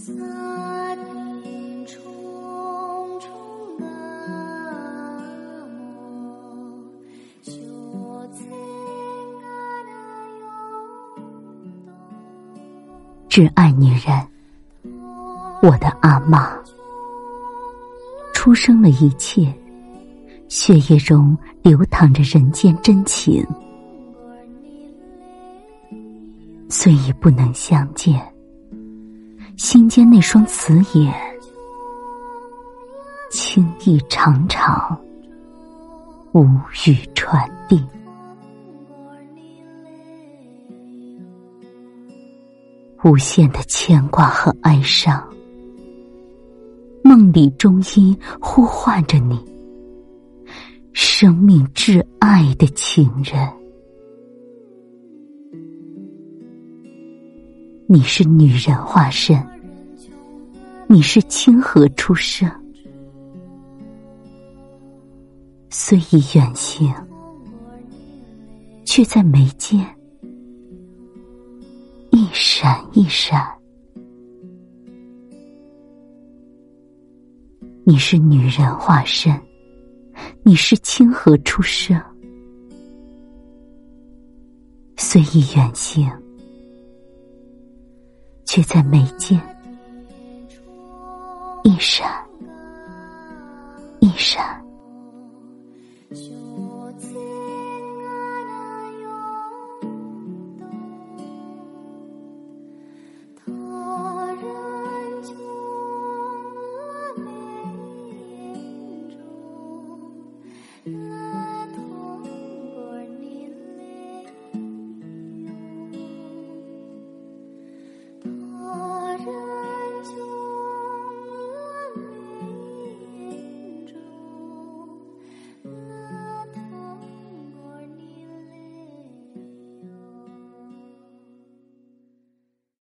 挚爱女人，我的阿嬷，出生了一切，血液中流淌着人间真情，虽已不能相见，心间那双慈眼，情意长长，无语传递。无限的牵挂和哀伤，梦里中音呼唤着你，生命挚爱的情人。你是女人化身，你是清河出生，虽已远行，却在眉间一闪一闪。你是女人化身，你是清河出生，虽已远行，却在眉间一闪一闪。 人